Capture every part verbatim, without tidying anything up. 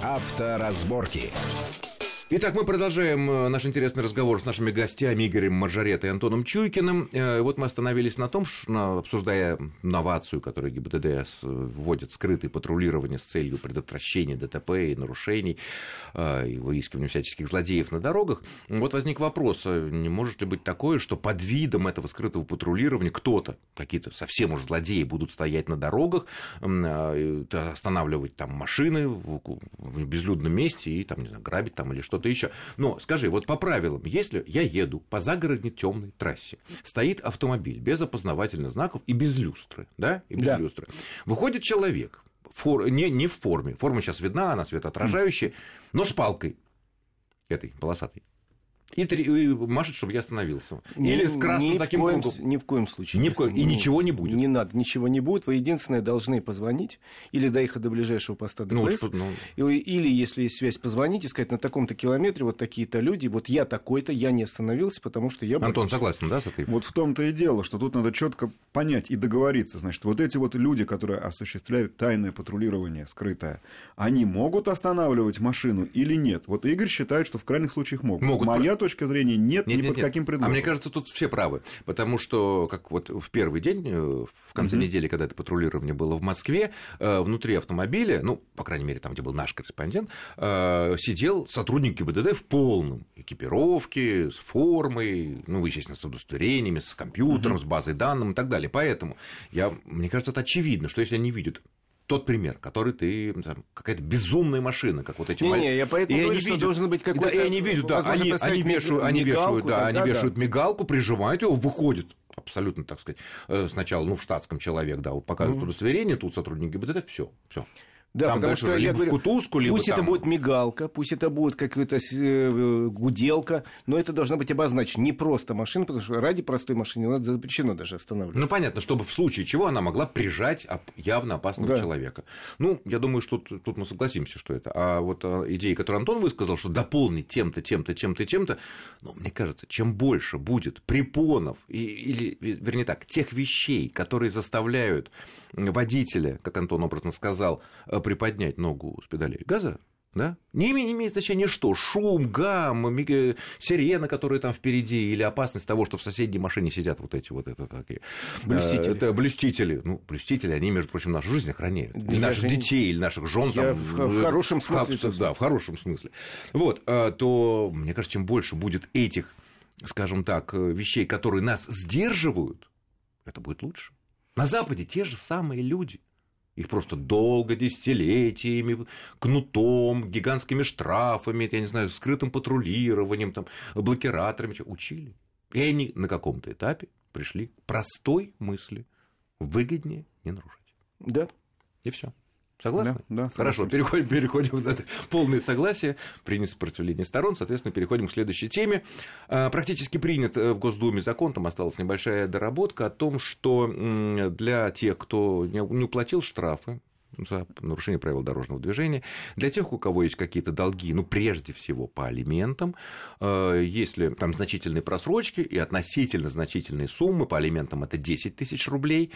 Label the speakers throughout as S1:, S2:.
S1: Авторазборки.
S2: Итак, мы продолжаем наш интересный разговор с нашими гостями Игорем Маржареттой и Антоном Чуйкиным. Вот мы остановились на том, что, обсуждая новацию, которую ГИБДД вводит, скрытое патрулирование с целью предотвращения ДТП и нарушений, и выискивания всяческих злодеев на дорогах. Вот возник вопрос, не может ли быть такое, что под видом этого скрытого патрулирования кто-то, какие-то совсем уж злодеи, будут стоять на дорогах, останавливать там машины в безлюдном месте и там, не знаю, грабить там или что-то еще. Но скажи, вот по правилам, если я еду по загородной темной трассе, стоит автомобиль без опознавательных знаков и без люстры, да, и без
S3: да.
S2: люстры, выходит человек, фор... не, не в форме, форма сейчас видна, она светоотражающая, mm. но с палкой этой полосатой. И, три, и машет, чтобы я остановился. Или
S3: ни,
S2: с красным
S3: ни
S2: таким
S3: коем,
S2: кругом.
S3: Ни в коем случае.
S2: Ни в коем, и
S3: не,
S2: ничего не будет.
S3: Не надо, ничего не будет. Вы единственное должны позвонить или доехать до ближайшего поста ДПС. Ну, ну... Или, или, если есть связь, позвонить и сказать, на таком-то километре вот такие-то люди, вот я такой-то, я не остановился, потому что я...
S2: Антон, согласен, да, с этой?
S4: Вот в том-то и дело, что тут надо четко понять и договориться. Значит, вот эти вот люди, которые осуществляют тайное патрулирование, скрытое, они могут останавливать машину или нет? Вот Игорь считает, что в крайних случаях могут.
S2: могут.
S4: Моя точка зрения нет. Нет,
S2: ни
S4: нет, под
S2: нет.
S4: каким предлогом.
S2: А мне кажется, тут все правы. Потому что, как вот в первый день, в конце uh-huh. недели, когда это патрулирование было в Москве, внутри автомобиля, ну, по крайней мере, там, где был наш корреспондент, сидел сотрудник ГИБДД в полном экипировке, с формой, ну, естественно, с удостоверениями, с компьютером, uh-huh. с базой данных и так далее. Поэтому, я, мне кажется, это очевидно, что если они видят тот пример, который ты... Там, какая-то безумная машина, как вот эти...
S3: Не, не, я поэтому говорю, что должен быть какой-то...
S2: Да, и они видят, да, они, они вешают, они вешают, да, они вешают да. мигалку, прижимают его, выходит абсолютно, так сказать, сначала, ну, в штатском человек, да, вот показывают mm-hmm. удостоверение, тут сотрудник ГИБДД, все, все.
S3: Да,
S2: там
S3: потому что
S2: либо
S3: я говорю,
S2: в кутузку, либо
S3: пусть
S2: там...
S3: это будет мигалка, пусть это будет какая-то гуделка, но это должно быть обозначено. Не просто машина, потому что ради простой машины надо запрещено даже останавливаться.
S2: Ну, понятно, чтобы в случае чего она могла прижать явно опасного да. человека. Ну, я думаю, что тут, тут мы согласимся, что это. А вот идея, которую Антон высказал, что дополнить тем-то, тем-то, тем-то, тем-то, ну, мне кажется, чем больше будет препонов, и, или, вернее так, тех вещей, которые заставляют водителя, как Антон образно сказал, приподнять ногу с педалей газа, да? Не, имеет, не имеет значения что, шум, гам, сирена, которая там впереди, или опасность того, что в соседней машине сидят вот эти вот это, такие
S3: блюстители.
S2: Это блюстители. Ну, блюстители, они, между прочим, нашу жизнь охраняют.
S3: Да
S2: и наших
S3: же...
S2: детей, или наших жен.
S3: Я
S2: там,
S3: в, в хорошем смысле.
S2: В, да, в хорошем смысле. Вот, то, мне кажется, чем больше будет этих, скажем так, вещей, которые нас сдерживают, это будет лучше. На Западе те же самые люди. Их просто долго, десятилетиями, кнутом, гигантскими штрафами, я не знаю, скрытым патрулированием, там, блокираторами учили. И они на каком-то этапе пришли к простой мысли: выгоднее не нарушать.
S3: Да.
S2: И все. Согласны?
S4: Да, да,
S2: хорошо, переходим, переходим в это полное согласие, принято сопротивление сторон, соответственно, переходим к следующей теме. Практически принят в Госдуме закон, там осталась небольшая доработка о том, что для тех, кто не уплатил штрафы за нарушение правил дорожного движения, для тех, у кого есть какие-то долги, ну, прежде всего, по алиментам, если там значительные просрочки и относительно значительные суммы, по алиментам это десять тысяч рублей,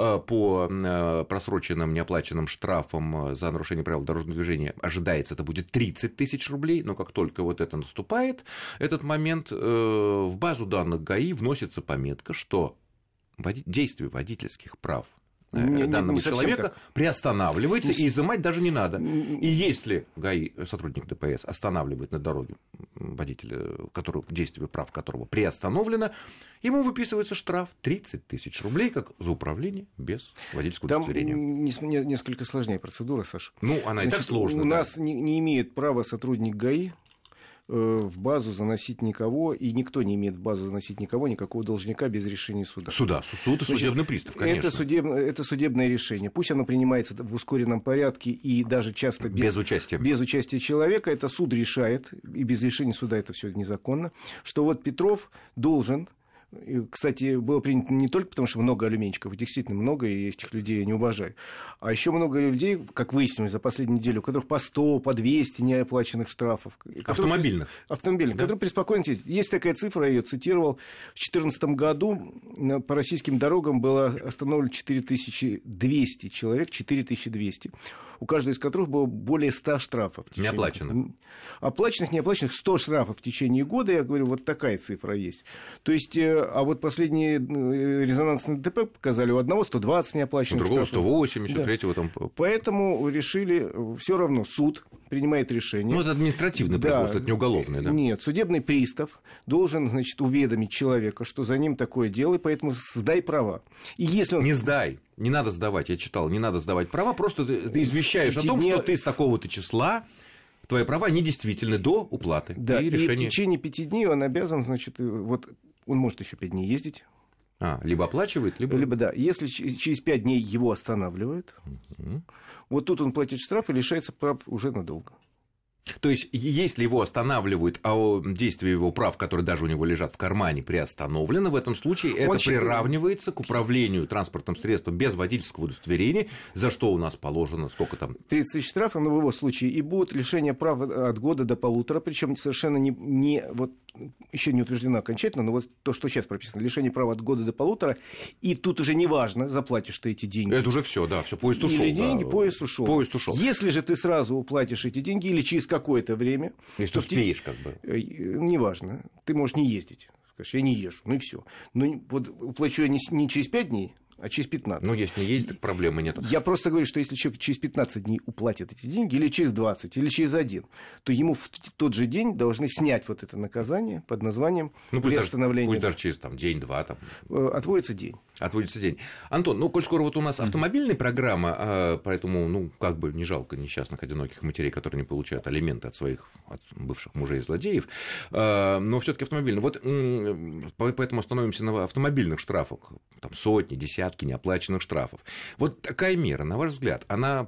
S2: по просроченным неоплаченным штрафам за нарушение правил дорожного движения ожидается, это будет тридцать тысяч рублей, но как только вот это наступает, этот момент, в базу данных ГАИ вносится пометка, что действие водительских прав Не, данного не человека так. приостанавливается, и изымать даже не надо. И если ГАИ, сотрудник ДПС, останавливает на дороге водителя, который, действие прав которого приостановлено, ему выписывается штраф тридцать тысяч рублей, как за управление без водительского
S3: Там
S2: удостоверения.
S3: Там несколько сложнее процедура, Саша.
S2: Ну, она Значит, и так сложная.
S3: У
S2: да.
S3: нас не, не имеет права сотрудник ГАИ в базу заносить никого, и никто не имеет в базу заносить никого, никакого должника без решения суда.
S2: Суда, суд и судебный пристав, конечно.
S3: Это, судеб... это судебное решение. Пусть оно принимается в ускоренном порядке и даже часто без,
S2: без, участия.
S3: без участия человека. Это суд решает, и без решения суда это все незаконно, что вот Петров должен И, кстати, было принято не только потому, что много алюменщиков, действительно много, и этих людей я не уважаю, а еще много людей, как выяснилось за последнюю неделю, у которых по сто, по двести неоплаченных штрафов.
S2: Автомобильных.
S3: Автомобильных, да? Которые преспокойно ездят. Есть такая цифра, я ее цитировал, в две тысячи четырнадцатом году по российским дорогам было остановлено четыре тысячи двести человек, четыре тысячи двести, у каждого из которых было более ста штрафов.
S2: Неоплаченных.
S3: Оплаченных, неоплаченных, сто штрафов в течение года, я говорю, вот такая цифра есть. То есть, а вот последние резонансные ДТП показали у одного сто двадцать неоплаченных
S2: штрафов. У другого
S3: штрафов.
S2: сто восемьдесят, да. Третьего там...
S3: Поэтому решили, все равно суд принимает решение.
S2: Ну, это административное да. производство, это не уголовное, да?
S3: Нет, судебный пристав должен, значит, уведомить человека, что за ним такое дело, и поэтому сдай права. И если он...
S2: Не сдай. Не надо сдавать, я читал, не надо сдавать права, просто ты, ты извещаешь о том, дня... что ты с такого-то числа, твои права недействительны до уплаты.
S3: Да,
S2: и,
S3: и
S2: решение...
S3: в течение пяти дней он обязан, значит, вот он может еще пять дней ездить.
S2: А, либо оплачивает, либо...
S3: Либо, да. Если через пять дней его останавливают, угу. вот тут он платит штраф и лишается прав уже надолго.
S2: То есть, если его останавливают, а действие его прав, которые даже у него лежат в кармане, приостановлено, в этом случае это
S3: Очень...
S2: приравнивается к управлению транспортным средством без водительского удостоверения, за что у нас положено, сколько там?
S3: тридцать тысяч штрафов, но в его случае и будет лишение права от года до полутора, причем совершенно не, не вот еще не утверждено окончательно, но вот то, что сейчас прописано, лишение права от года до полутора, и тут уже не важно, заплатишь ты эти деньги.
S2: Это уже все, да, все, поезд ушел.
S3: Или деньги,
S2: да.
S3: поезд ушел.
S2: Поезд ушел.
S3: Если же ты сразу уплатишь эти деньги или через какое-то время...
S2: Если ты успеешь, как бы.
S3: Неважно, ты можешь не ездить. Скажешь, я не езжу, ну и все. Но вот уплачу я не, не через пять дней, а через пятнадцать.
S2: Ну, если не ездить, так проблемы нет.
S3: Я просто говорю, что если человек через пятнадцать дней уплатит эти деньги, или через двадцать, или через один, то ему в тот же день должны снять вот это наказание под названием
S2: ну,
S3: приостановления.
S2: Пусть даже через там, день-два. Там.
S3: Отводится день.
S2: Отводится день. Антон, ну, коль скоро вот у нас автомобильная программа, поэтому, ну, как бы не жалко несчастных одиноких матерей, которые не получают алименты от своих от бывших мужей-злодеев, но все-таки автомобильная. Вот поэтому остановимся на автомобильных штрафах. Там сотни, десятки неоплаченных штрафов. Вот такая мера, на ваш взгляд, она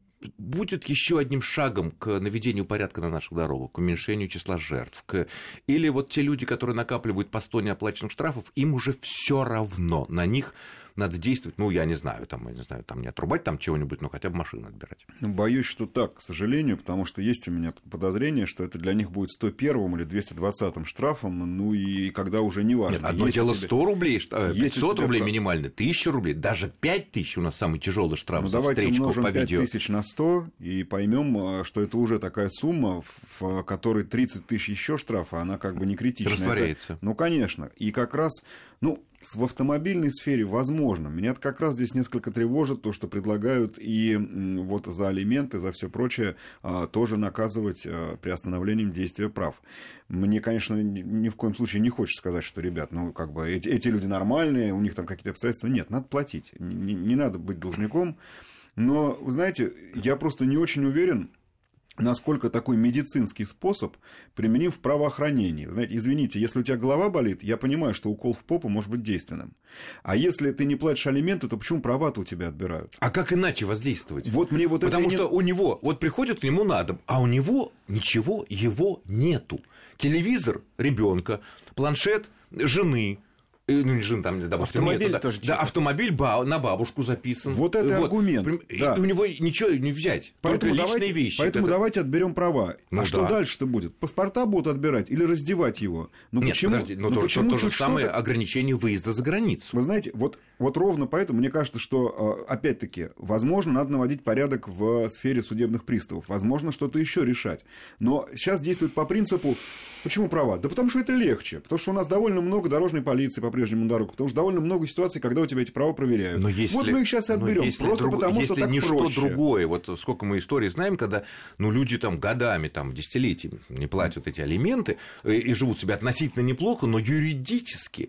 S2: будет еще одним шагом к наведению порядка на наших дорогах, к уменьшению числа жертв, к... или вот те люди, которые накапливают по сто неоплаченных штрафов, им уже все равно, на них надо действовать, ну, я не знаю, там, я не знаю, там не отрубать там чего-нибудь, но хотя бы машину отбирать.
S4: Боюсь, что так, к сожалению, потому что есть у меня подозрение, что это для них будет сто первым или двести двадцатым штрафом, ну, и когда уже не важно.
S2: Нет, одно дело сто рублей, пятьсот рублей минимальный, тысяча рублей, даже пять тысяч у нас самый тяжелый штраф
S4: ну,
S2: за встречку по видео.
S4: пять тысяч на сто и поймем, что это уже такая сумма, в которой тридцать тысяч еще штрафа, она как бы не критична.
S2: Растворяется.
S4: Это, ну, конечно, и как раз, ну, в автомобильной сфере возможно. Меня как раз здесь несколько тревожит то, что предлагают и вот за алименты, за все прочее тоже наказывать приостановлением действия прав. Мне, конечно, ни в коем случае не хочется сказать, что, ребят, ну, как бы эти, эти люди нормальные, у них там какие-то обстоятельства. Нет, надо платить. Не, не надо быть должником. Но, вы знаете, я просто не очень уверен, насколько такой медицинский способ применим в правоохранении. Знаете, извините, если у тебя голова болит, я понимаю, что укол в попу может быть действенным. А если ты не платишь алименты, то почему права-то у тебя отбирают?
S2: А как иначе воздействовать?
S4: Вот мне вот
S2: Потому
S4: это
S2: что
S4: нет...
S2: у него, вот приходит к нему на дом, а у него ничего его нету. Телевизор ребенка, планшет жены. Ну, не жен, там, допустим,
S3: автомобиль
S2: нету,
S3: тоже.
S2: Да, да, автомобиль ба- на бабушку записан.
S4: Вот это вот аргумент.
S2: И
S4: да.
S2: у него ничего не взять,
S4: поэтому
S2: только
S4: давайте,
S2: личные вещи.
S4: Поэтому
S2: это...
S4: давайте отберем права.
S2: Ну,
S4: а
S2: да.
S4: что дальше-то будет? Паспорта будут отбирать или раздевать его? Ну,
S2: Нет,
S4: почему?
S2: подожди, но
S4: ну,
S2: то,
S4: почему
S2: то, то же самое
S4: что-то...
S2: ограничение выезда за границу.
S4: Вы знаете, вот, вот ровно поэтому мне кажется, что, опять-таки, возможно, надо наводить порядок в сфере судебных приставов. Возможно, что-то еще решать. Но сейчас действует по принципу, почему права? Да потому что это легче. Потому что у нас довольно много дорожной полиции по-прежнему на дорогах. Потому что довольно много ситуаций, когда у тебя эти права проверяют.
S2: Но если,
S4: вот мы их сейчас и отберем. Просто
S2: друг,
S4: потому,
S2: если
S4: что так
S2: ничто
S4: проще.
S2: другое. Вот сколько мы историй знаем, когда ну, люди там годами, там, десятилетиями не платят эти алименты и, и живут себя относительно неплохо, но юридически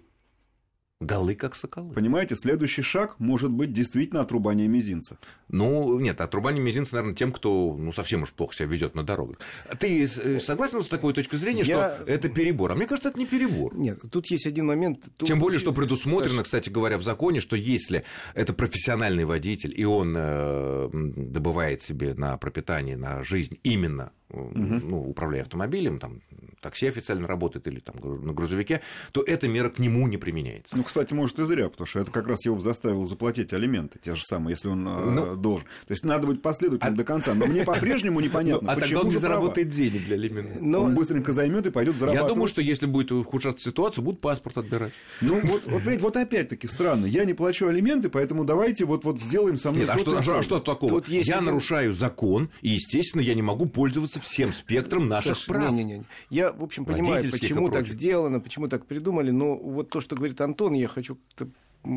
S2: голы как соколы.
S4: Понимаете, следующий шаг может быть действительно отрубание мизинца.
S2: Ну, нет, отрубание мизинца, наверное, тем, кто ну, совсем уж плохо себя ведет на дорогах. Ты согласен с такой точкой зрения, Я... что это перебор? А мне кажется, это не перебор.
S3: Нет, тут есть один момент. Тут...
S2: Тем более, что предусмотрено, Саша... кстати говоря, в законе, что если это профессиональный водитель, и он э, добывает себе на пропитание, на жизнь именно, угу. ну, управляя автомобилем, там, такси официально работает или там на грузовике, то эта мера к нему не применяется.
S4: Ну, кстати, может, и зря, потому что это как раз его заставило заплатить алименты, те же самые, если он ну, э, должен. То есть надо быть последовательным а... до конца. Но мне по-прежнему непонятно,
S2: а
S4: почему
S2: тогда он не
S4: права.
S2: заработает денег для алиментов.
S4: Но... Он быстренько займет и пойдет зарабатывать.
S2: Я думаю, что если будет ухудшаться ситуация, будут паспорт отбирать.
S4: Ну, вот, вот, вот опять-таки странно. Я не плачу алименты, поэтому давайте вот, вот сделаем со мной...
S2: Нет, а что, а что такого? Тут я это... нарушаю закон, и, естественно, я не могу пользоваться всем спектром наших
S3: Саша,
S2: прав.
S3: Не, не, не. Я, в общем, понимаю, почему так сделано, почему так придумали, но вот то, что говорит Антон, я хочу как-то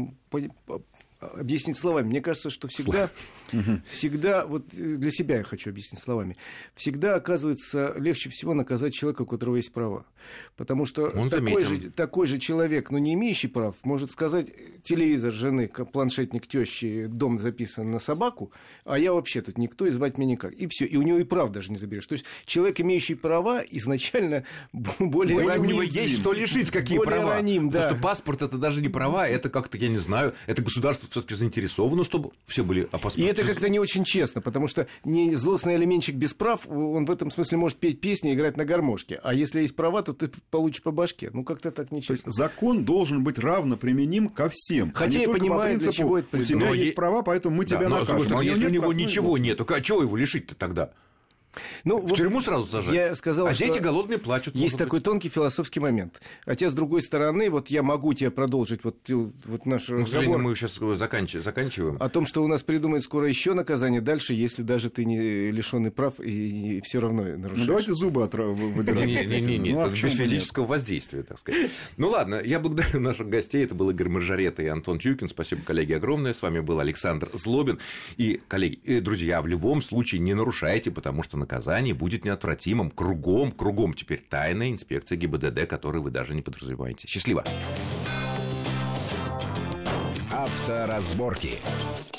S3: объяснить словами. Мне кажется, что всегда, всегда, вот для себя я хочу объяснить словами, всегда оказывается легче всего наказать человека, у которого есть права. Потому что такой же, такой же человек, но не имеющий прав, может сказать, телевизор жены, планшетник тещи, дом записан на собаку, а я вообще тут никто, и звать меня никак. И все. И у него и прав даже не заберешь. То есть человек, имеющий права, изначально более раним.
S2: У него есть что лишить, какие права.
S3: Раним, да.
S2: Потому что паспорт — это даже не права, это как-то, я не знаю, это государство все-таки заинтересовано, чтобы все были опасны.
S3: И это как-то не очень честно, потому что не злостный алименщик без прав, он в этом смысле может петь песни и играть на гармошке. А если есть права, то ты получишь по башке. Ну, как-то так нечестно.
S4: То есть закон должен быть равно применим ко всем.
S3: Хотя
S4: а
S3: я понимаю,
S4: принципу,
S3: для чего это
S4: у тебя
S2: но
S4: есть
S2: е...
S4: права, поэтому мы тебя
S2: да,
S4: накажем.
S2: Но, а если у него
S4: прав,
S2: ничего нет, то а чего его лишить-то тогда?
S3: Ну,
S2: в тюрьму сразу сажать.
S3: Я сказал,
S2: а
S3: что
S2: дети голодные плачут.
S3: Есть такой быть. тонкий философский момент. Хотя, с другой стороны, вот я могу тебе продолжить вот, вот наш
S2: ну,
S3: разговор.
S2: Мы сейчас заканчиваем, заканчиваем.
S3: О том, что у нас придумают скоро еще наказание дальше, если даже ты не лишенный прав и, и все равно нарушаешь.
S4: Ну, давайте зубы выдирать.
S2: Не-не-не, ну, без физического воздействия, так сказать. Ну, ладно, я благодарю наших гостей. Это был Игорь Маржарета и Антон Чуйкин. Спасибо, коллеги, огромное. С вами был Александр Злобин. И, коллеги, и, друзья, в любом случае не нарушайте, потому что наказание будет неотвратимым. Кругом, кругом теперь тайная инспекция ГИБДД, которую вы даже не подразумеваете. Счастливо!
S1: Авторазборки.